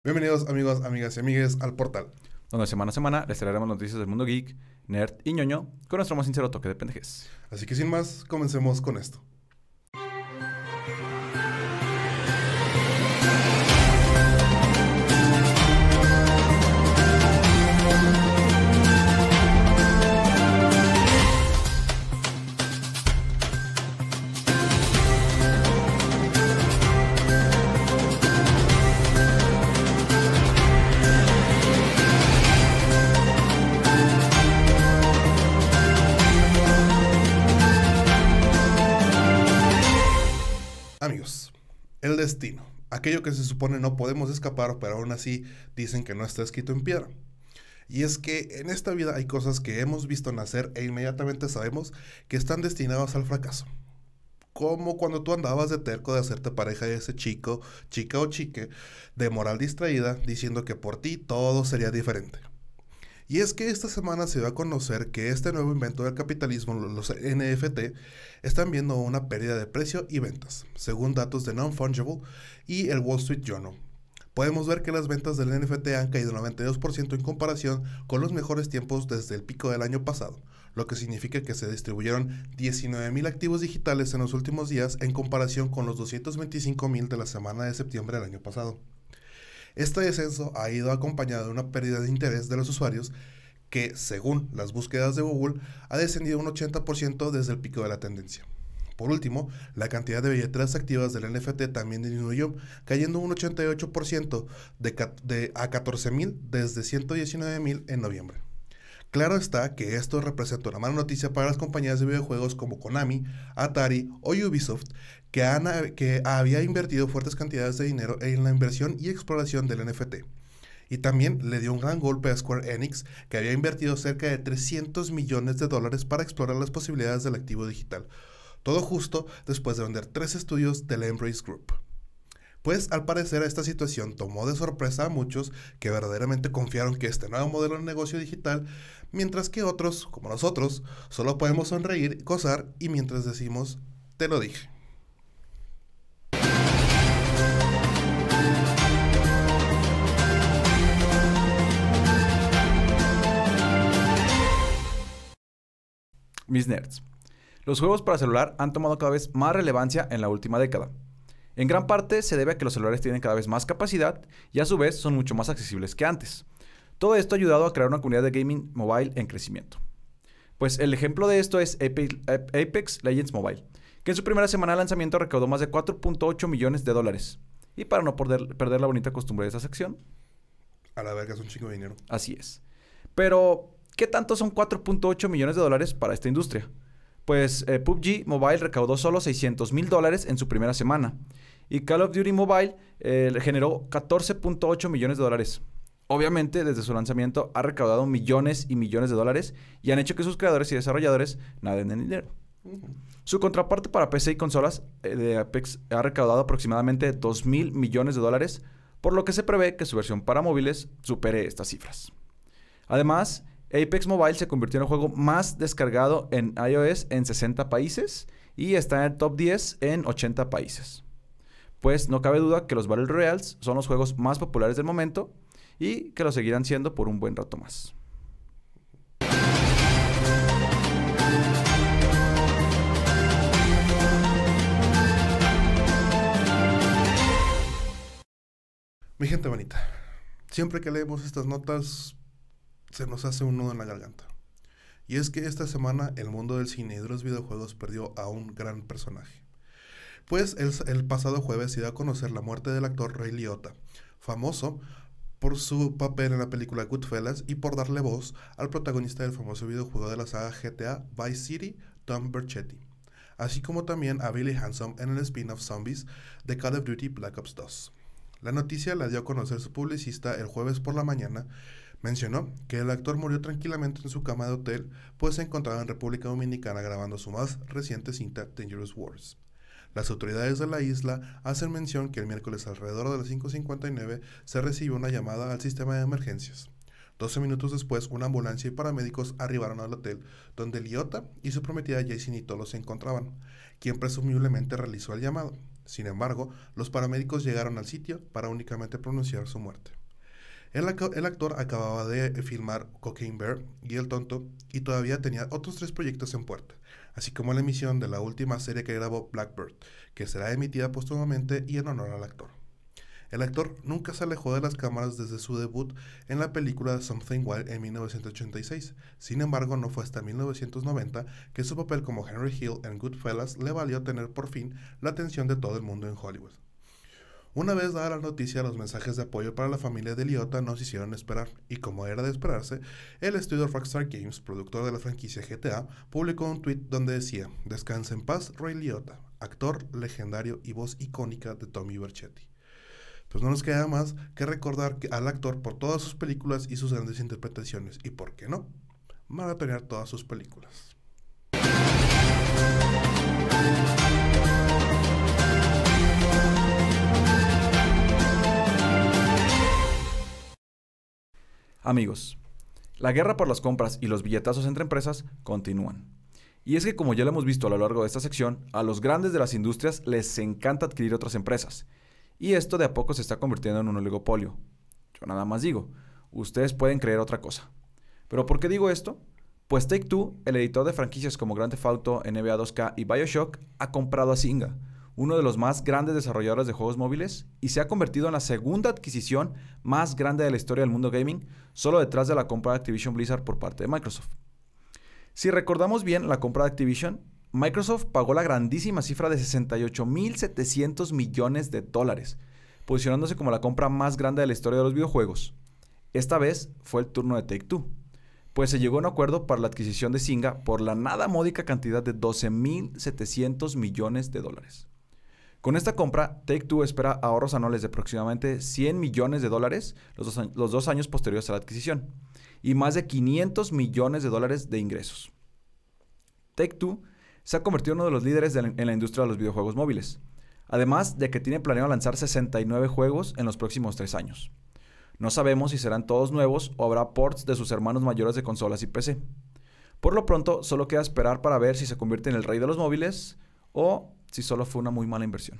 Bienvenidos amigos, amigas y amigues al portal. Donde semana a semana les traeremos noticias del mundo geek, nerd y ñoño con nuestro más sincero toque de pendejez. Así que sin más, comencemos con esto. Amigos, el destino, aquello que se supone no podemos escapar, pero aún así dicen que no está escrito en piedra. Y es que en esta vida hay cosas que hemos visto nacer e inmediatamente sabemos que están destinadas al fracaso. Como cuando tú andabas de terco de hacerte pareja de ese chico, chica o chique, de moral distraída, diciendo que por ti todo sería diferente. Y es que esta semana se dio a conocer que este nuevo invento del capitalismo, los NFT, están viendo una pérdida de precio y ventas, según datos de Non-Fungible y el Wall Street Journal. Podemos ver que las ventas del NFT han caído 92% en comparación con los mejores tiempos desde el pico del año pasado, lo que significa que se distribuyeron 19,000 activos digitales en los últimos días en comparación con los 225,000 de la semana de septiembre del año pasado. Este descenso ha ido acompañado de una pérdida de interés de los usuarios que, según las búsquedas de Google, ha descendido un 80% desde el pico de la tendencia. Por último, la cantidad de billeteras activas del NFT también disminuyó, cayendo un 88% a 14,000 desde 119,000 en noviembre. Claro está que esto representa una mala noticia para las compañías de videojuegos como Konami, Atari o Ubisoft, que había invertido fuertes cantidades de dinero en la inversión y exploración del NFT. Y también le dio un gran golpe a Square Enix, que había invertido cerca de 300 millones de dólares para explorar las posibilidades del activo digital. Todo justo después de vender 3 estudios de la Embrace Group. Pues al parecer esta situación tomó de sorpresa a muchos que verdaderamente confiaron que este nuevo modelo de negocio digital, mientras que otros, como nosotros, solo podemos sonreír, gozar y mientras decimos, te lo dije. Mis nerds. Los juegos para celular han tomado cada vez más relevancia en la última década. En gran parte se debe a que los celulares tienen cada vez más capacidad y a su vez son mucho más accesibles que antes. Todo esto ha ayudado a crear una comunidad de gaming mobile en crecimiento. Pues el ejemplo de esto es Apex Legends Mobile, que en su primera semana de lanzamiento recaudó más de 4.8 millones de dólares. Y para no perder la bonita costumbre de esta sección, A la verga es un chingo de dinero. así es. Pero, ¿qué tanto son 4.8 millones de dólares para esta industria? Pues PUBG Mobile recaudó solo 600 mil dólares en su primera semana. Y Call of Duty Mobile generó 14.8 millones de dólares. Obviamente, desde su lanzamiento ha recaudado millones y millones de dólares y han hecho que sus creadores y desarrolladores naden en dinero. Su contraparte para PC y consolas de Apex ha recaudado aproximadamente 2 mil millones de dólares, por lo que se prevé que su versión para móviles supere estas cifras. Además, Apex Mobile se convirtió en el juego más descargado en iOS en 60 países y está en el top 10 en 80 países. Pues no cabe duda que los Battle Royales son los juegos más populares del momento y que lo seguirán siendo por un buen rato más. Mi gente bonita, siempre que leemos estas notas se nos hace un nudo en la garganta. Y es que esta semana el mundo del cine y de los videojuegos perdió a un gran personaje. Pues el pasado jueves se dio a conocer la muerte del actor Ray Liotta, famoso por su papel en la película Goodfellas y por darle voz al protagonista del famoso videojuego de la saga GTA Vice City, Tom Vercetti, así como también a Billy Hanson en el spin-off Zombies de Call of Duty Black Ops 2. La noticia la dio a conocer su publicista el jueves por la mañana. Mencionó que el actor murió tranquilamente en su cama de hotel, pues se encontraba en República Dominicana grabando su más reciente cinta Dangerous Wars. Las autoridades de la isla hacen mención que el miércoles alrededor de las 5:59 se recibió una llamada al sistema de emergencias. 12 minutos después, una ambulancia y paramédicos arribaron al hotel, donde Liotta y su prometida Jaycee Nitolo se encontraban, quien presumiblemente realizó el llamado. Sin embargo, los paramédicos llegaron al sitio para únicamente pronunciar su muerte. El actor acababa de filmar Cocaine Bear y El Tonto y todavía tenía otros 3 proyectos en puerta, así como la emisión de la última serie que grabó Blackbird, que será emitida póstumamente y en honor al actor. El actor nunca se alejó de las cámaras desde su debut en la película Something Wild en 1986. Sin embargo, no fue hasta 1990 que su papel como Henry Hill en Goodfellas le valió tener por fin la atención de todo el mundo en Hollywood. Una vez dada la noticia, los mensajes de apoyo para la familia de Liotta no se hicieron esperar, y como era de esperarse, el estudio Rockstar Games, productor de la franquicia GTA, publicó un tweet donde decía: "Descansa en paz, Ray Liotta, actor legendario y voz icónica de Tommy Vercetti". Pues no nos queda más que recordar al actor por todas sus películas y sus grandes interpretaciones, y por qué no, maratonear todas sus películas. Amigos, la guerra por las compras y los billetazos entre empresas continúan. Y es que, como ya lo hemos visto a lo largo de esta sección, a los grandes de las industrias les encanta adquirir otras empresas. Y esto de a poco se está convirtiendo en un oligopolio. Yo nada más digo, ustedes pueden creer otra cosa. ¿Pero por qué digo esto? Pues Take-Two, el editor de franquicias como Grand Theft Auto, NBA 2K y BioShock, ha comprado a Zynga, uno de los más grandes desarrolladores de juegos móviles, y se ha convertido en la segunda adquisición más grande de la historia del mundo gaming, solo detrás de la compra de Activision Blizzard por parte de Microsoft. Si recordamos bien la compra de Activision, Microsoft pagó la grandísima cifra de $68,700 millones, posicionándose como la compra más grande de la historia de los videojuegos. Esta vez fue el turno de Take-Two, pues se llegó a un acuerdo para la adquisición de Zynga por la nada módica cantidad de $12,700 millones. Con esta compra, Take-Two espera ahorros anuales de aproximadamente $100 millones los 2 años posteriores a la adquisición, y más de $500 millones de ingresos. Take-Two se ha convertido en uno de los líderes en la industria de los videojuegos móviles, además de que tiene planeado lanzar 69 juegos en los próximos 3 años. No sabemos si serán todos nuevos o habrá ports de sus hermanos mayores de consolas y PC. Por lo pronto, solo queda esperar para ver si se convierte en el rey de los móviles o si solo fue una muy mala inversión.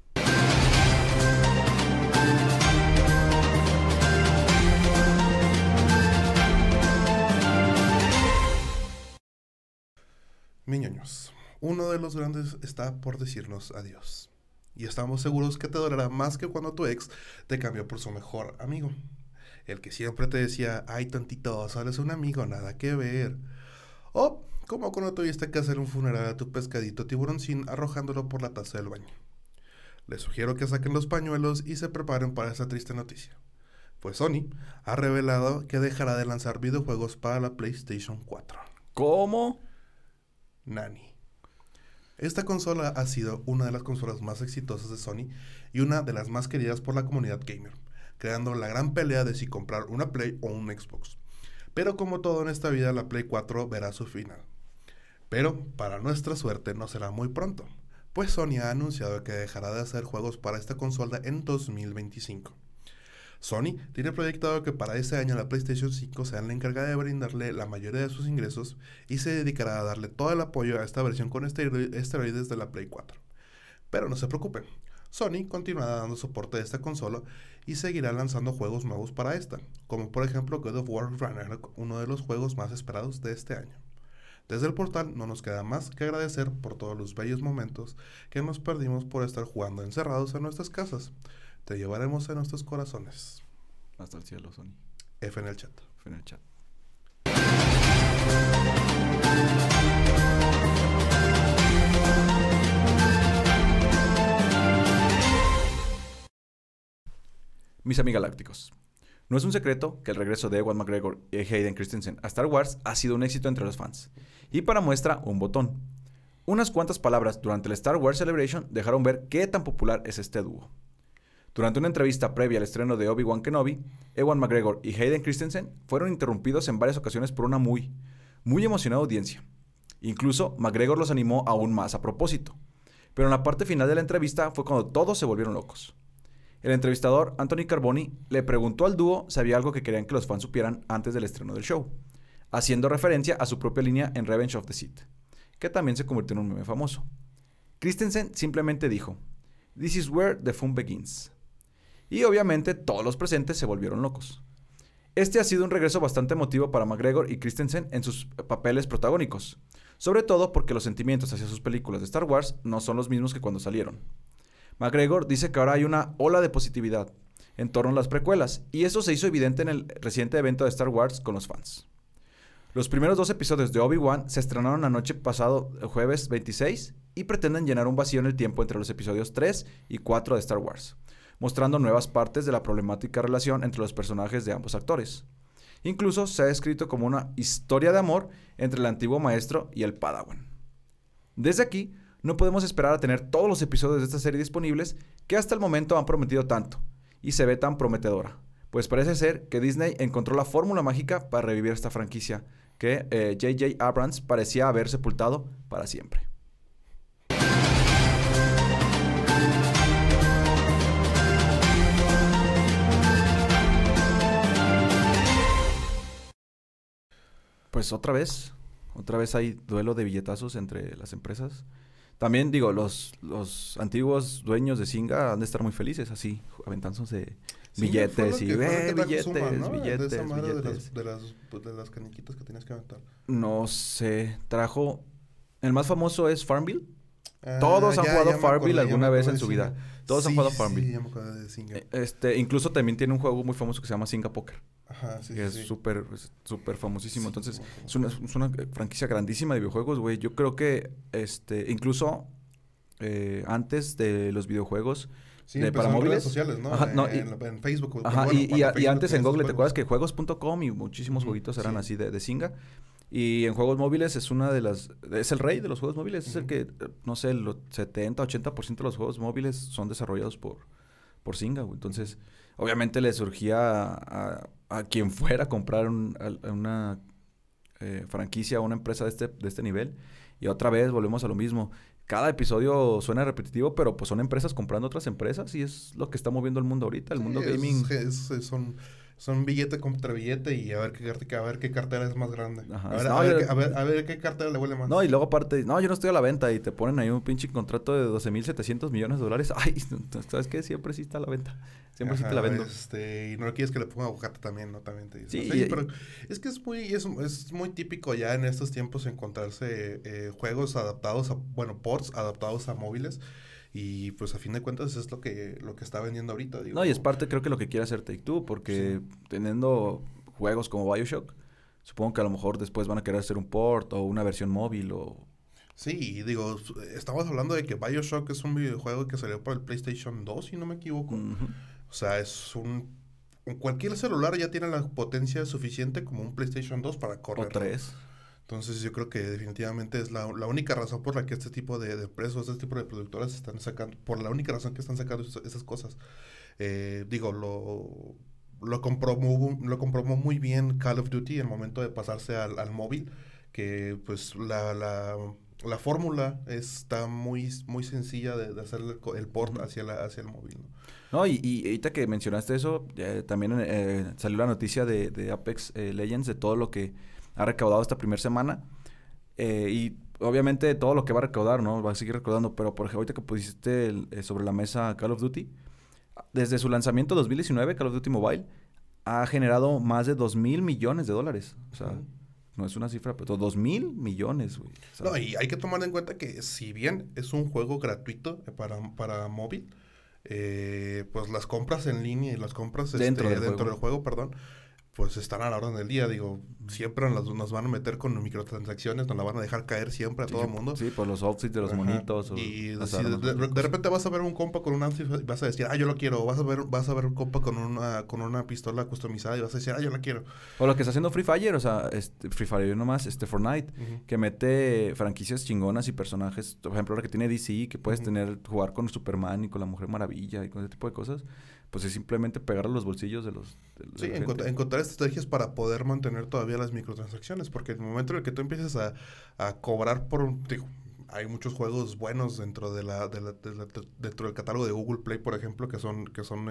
Miñoños, uno de los grandes está por decirnos adiós. Y estamos seguros que te dolerá más que cuando tu ex te cambió por su mejor amigo. El que siempre te decía: "Ay, tantito, solo es un amigo, nada que ver". O como cuando tuviste que hacer un funeral a tu pescadito tiburoncín arrojándolo por la taza del baño. Les sugiero que saquen los pañuelos y se preparen para esta triste noticia. Pues Sony ha revelado que dejará de lanzar videojuegos para la PlayStation 4. ¿Cómo? Nani. Esta consola ha sido una de las consolas más exitosas de Sony y una de las más queridas por la comunidad gamer, creando la gran pelea de si comprar una Play o un Xbox. Pero como todo en esta vida, la Play 4 verá su final. Pero, para nuestra suerte, no será muy pronto, pues Sony ha anunciado que dejará de hacer juegos para esta consola en 2025. Sony tiene proyectado que para ese año la PlayStation 5 sea la encargada de brindarle la mayoría de sus ingresos y se dedicará a darle todo el apoyo a esta versión con esteroides de la Play 4. Pero no se preocupen, Sony continuará dando soporte a esta consola y seguirá lanzando juegos nuevos para esta, como por ejemplo God of War Ragnarok, uno de los juegos más esperados de este año. Desde el portal no nos queda más que agradecer por todos los bellos momentos que nos perdimos por estar jugando encerrados en nuestras casas. Te llevaremos en nuestros corazones. Hasta el cielo, Sony. F en el chat. F en el chat. Mis amigalácticos, no es un secreto que el regreso de Ewan McGregor y Hayden Christensen a Star Wars ha sido un éxito entre los fans. Y para muestra, un botón. Unas cuantas palabras durante el Star Wars Celebration dejaron ver qué tan popular es este dúo. Durante una entrevista previa al estreno de Obi-Wan Kenobi, Ewan McGregor y Hayden Christensen fueron interrumpidos en varias ocasiones por una muy emocionada audiencia. Incluso McGregor los animó aún más a propósito. Pero en la parte final de la entrevista fue cuando todos se volvieron locos. El entrevistador Anthony Carboni le preguntó al dúo si había algo que querían que los fans supieran antes del estreno del show, haciendo referencia a su propia línea en Revenge of the Sith, que también se convirtió en un meme famoso. Christensen simplemente dijo: This is where the fun begins. Y obviamente todos los presentes se volvieron locos. Este ha sido un regreso bastante emotivo para McGregor y Christensen en sus papeles protagónicos, sobre todo porque los sentimientos hacia sus películas de Star Wars no son los mismos que cuando salieron. McGregor dice que ahora hay una ola de positividad en torno a las precuelas, y eso se hizo evidente en el reciente evento de Star Wars con los fans. Los primeros 2 episodios de Obi-Wan se estrenaron anoche pasado, el jueves 26, y pretenden llenar un vacío en el tiempo entre los episodios 3 y 4 de Star Wars, mostrando nuevas partes de la problemática relación entre los personajes de ambos actores. Incluso se ha descrito como una historia de amor entre el antiguo maestro y el Padawan. Desde aquí, no podemos esperar a tener todos los episodios de esta serie disponibles que hasta el momento han prometido tanto, y se ve tan prometedora, pues parece ser que Disney encontró la fórmula mágica para revivir esta franquicia que J.J. Abrams parecía haber sepultado para siempre. Pues otra vez hay duelo de billetazos entre las empresas. También digo, los antiguos dueños de Zynga han de estar muy felices, así, aventándose billetes y billetes, ¿no? billetes, de esa madre billetes. de las caniquitas que tienes que aventar. No sé, el más famoso es Farmville. Todos han jugado Farmville alguna vez en su vida. Todos han jugado Farmville. Sí, ya me acuerdo de Zynga. Incluso también tiene un juego muy famoso que se llama Zynga Poker. Ajá, sí, que es sí. súper famosísimo. Sí, Entonces, muy es una franquicia grandísima de videojuegos, güey. Yo creo que, incluso antes de los videojuegos Sí, para en móviles. redes sociales, ¿no? Ajá, no, en Facebook. Ajá, bueno, y Facebook antes en tiene Google, sus ¿te acuerdas que juegos.com y muchísimos jueguitos eran sí. así de Zynga? Y en juegos móviles es el rey de los juegos móviles. Es el que, no sé, el 70-80% de los juegos móviles son desarrollados por Zynga, güey. Entonces, obviamente le surgía a quien fuera a comprar una franquicia o una empresa de este nivel. Y otra vez volvemos a lo mismo. Cada episodio suena repetitivo, pero pues son empresas comprando otras empresas y es lo que está moviendo el mundo ahorita, el mundo gaming. Son billete contra billete y a ver qué cartera es más grande. Ajá. A ver qué cartera le huele más. No, y luego aparte, no, yo no estoy a la venta y te ponen ahí un pinche contrato de $12,700 millones. Ay, ¿sabes qué? Siempre sí está a la venta. Siempre sí te la vendo. Y no quieres que le ponga aguacate también, ¿no? También te dicen. Sí, pero es que es muy típico ya en estos tiempos encontrarse juegos adaptados ports adaptados a móviles. Y pues a fin de cuentas es lo que está vendiendo ahorita, digo. No, y es parte creo que lo que quiere hacer Take-Two, porque teniendo juegos como BioShock, supongo que a lo mejor después van a querer hacer un port o una versión móvil o... Sí, digo, estamos hablando de que BioShock es un videojuego que salió para el PlayStation 2, si no me equivoco. O sea, cualquier celular ya tiene la potencia suficiente como un PlayStation 2 para correr. O 3. Entonces yo creo que definitivamente es la única razón por la que este tipo de empresas, este tipo de productoras están sacando, por la única razón que están sacando esas cosas. Digo, lo comprobó muy bien Call of Duty en el momento de pasarse al móvil, que pues la fórmula está muy, muy sencilla de hacer el port hacia el móvil, ¿no? No, y ahorita que mencionaste eso, también salió la noticia de Apex Legends, de todo lo que ha recaudado esta primera semana. Y obviamente todo lo que va a recaudar, ¿no? Va a seguir recaudando. Pero por ejemplo, ahorita que pusiste sobre la mesa Call of Duty, desde su lanzamiento 2019, Call of Duty Mobile ha generado más de $2,000 millones. O sea, no es una cifra, pero $2,000 millones, güey. O sea, no, y hay que tomar en cuenta que si bien es un juego gratuito para móvil, pues las compras en línea y las compras dentro del juego, perdón, pues están a la orden del día. Digo, siempre nos van a meter con microtransacciones, nos la van a dejar caer siempre a todo el mundo. Sí, por los outfits de los monitos. Y si de repente vas a ver un compa con un outfit y vas a decir, yo lo quiero. Vas a ver un compa con una pistola customizada y vas a decir, yo la quiero. O lo que está haciendo Free Fire, o sea, Free Fire nomás, Fortnite, que mete franquicias chingonas y personajes. Por ejemplo, ahora que tiene DC, que puedes jugar con Superman y con la Mujer Maravilla y con ese tipo de cosas. Pues es simplemente pegar a los bolsillos de los... Sí, encontrar estrategias para poder mantener todavía las microtransacciones, porque en el momento en el que tú empieces a cobrar hay muchos juegos buenos dentro dentro del catálogo de Google Play, por ejemplo, que son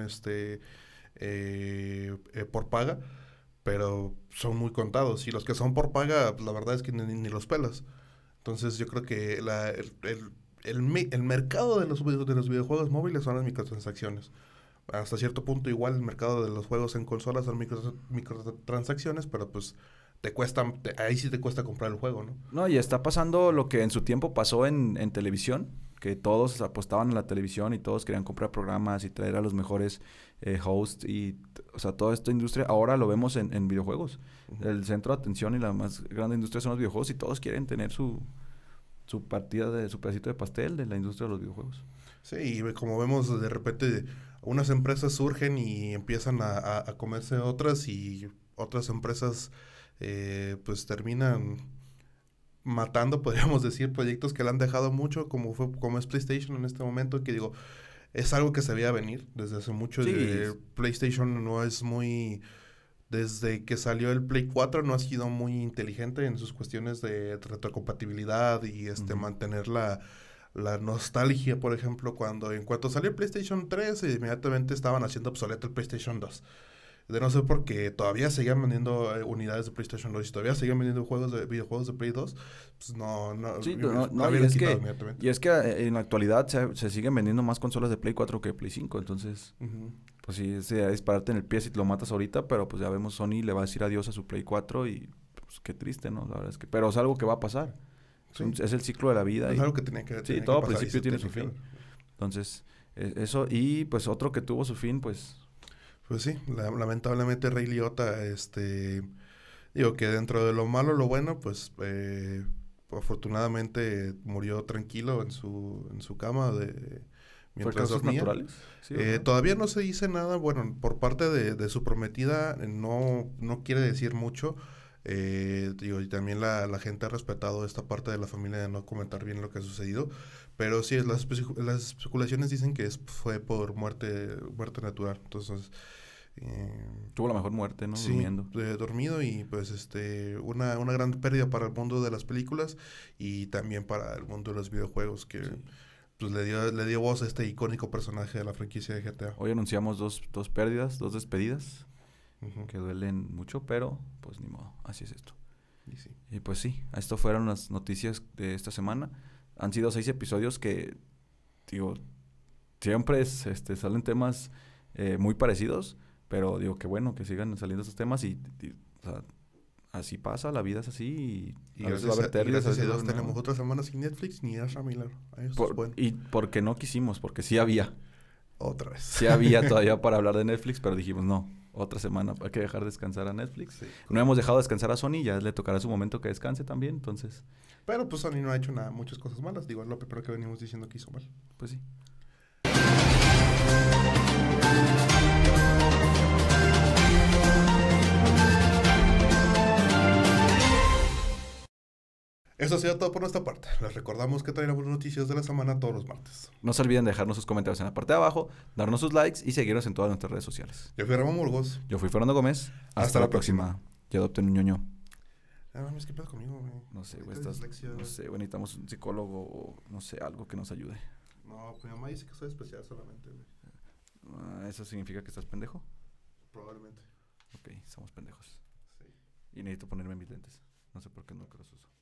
por paga, pero son muy contados, y los que son por paga, pues, la verdad es que ni los pelas. Entonces yo creo que el mercado de los videojuegos móviles son las microtransacciones. Hasta cierto punto igual el mercado de los juegos en consolas son microtransacciones, pero pues ahí sí te cuesta comprar el juego, ¿no? No, y está pasando lo que en su tiempo pasó en televisión, que todos apostaban a la televisión y todos querían comprar programas y traer a los mejores hosts y, o sea, toda esta industria, ahora lo vemos en videojuegos. Ujú. El centro de atención y la más grande industria son los videojuegos y todos quieren tener su su pedacito de pastel de la industria de los videojuegos. Sí, y como vemos de repente unas empresas surgen y empiezan a comerse otras y otras empresas pues terminan matando, podríamos decir, proyectos que le han dejado mucho, como es PlayStation en este momento, que digo, es algo que se veía venir desde hace mucho. Sí, PlayStation no es muy... Desde que salió el Play 4 no ha sido muy inteligente en sus cuestiones de retrocompatibilidad y mantener la nostalgia, por ejemplo, en cuanto salió el PlayStation 3, inmediatamente estaban haciendo obsoleto el PlayStation 2. De no ser porque todavía seguían vendiendo unidades de PlayStation 2 y todavía seguían vendiendo videojuegos de Play 2, pues Sí, lo habían quitado inmediatamente. y es que en la actualidad se siguen vendiendo más consolas de Play 4 que de Play 5, entonces, Ujú. pues sí, sería dispararte en el pie si te lo matas ahorita, pero pues ya vemos Sony le va a decir adiós a su Play 4 y pues qué triste, ¿no? La verdad es que, pero es algo que va a pasar. Sí. Es el ciclo de la vida. Es y, algo que tenía sí, que todo pasar y principio se tiene tenía su que fin. ver. Entonces, eso, y pues otro que tuvo su fin, pues... Pues sí, lamentablemente Ray Liotta, digo que dentro de lo malo, lo bueno, pues afortunadamente murió tranquilo en su cama ¿Fue mientras causas dormía. naturales? Sí, ¿verdad? Todavía no se dice nada, bueno, por parte de su prometida no quiere decir mucho. Digo, y también la gente ha respetado esta parte de la familia de no comentar bien lo que ha sucedido. Pero sí, las especulaciones dicen que fue por muerte natural. Entonces, Tuvo la mejor muerte, ¿no? sí, Durmiendo. dormido y pues una gran pérdida para el mundo de las películas y también para el mundo de los videojuegos que Sí. pues le dio voz a este icónico personaje de la franquicia de GTA. Hoy anunciamos dos pérdidas, dos despedidas, Ujú. que duelen mucho, pero pues ni modo, así es esto. Y sí. Y pues sí, esto fueron las noticias de esta semana. Han sido 6 episodios que, digo, siempre salen temas muy parecidos, pero digo que bueno que sigan saliendo esos temas o sea, así pasa, la vida es así y a veces va a haber pérdidas. Gracias a va a Dios haber tenemos nuevas. otra semana sin Netflix ni Ezra Miller. Eso es bueno. Y porque no quisimos, porque Otra vez. sí había todavía para hablar de Netflix, pero dijimos no, otra semana, hay que dejar descansar a Netflix. Sí. No hemos dejado descansar a Sony, ya le tocará su momento que descanse también, entonces, Pero pues Sony no ha hecho muchas cosas malas. Digo, es lo primero que venimos diciendo que hizo mal. pues sí. Eso ha sido todo por nuestra parte. Les recordamos que traeremos noticias de la semana todos los martes. No se olviden de dejarnos sus comentarios en la parte de abajo, darnos sus likes y seguirnos en todas nuestras redes sociales. Yo fui Ramón Burgos. Yo fui Fernando Gómez. Hasta la próxima. Y adopten un ñoño. Ah, mames, ¿qué pedo conmigo, güey? No sé, güey, Ahorita dislexia, no güey. sé, güey, necesitamos un psicólogo o no sé, algo que nos ayude. No, mi mamá dice que soy especial solamente, güey. ¿Eso significa que estás pendejo? Probablemente. Ok, somos pendejos. Sí. Y necesito ponerme mis lentes. No sé por qué nunca los uso.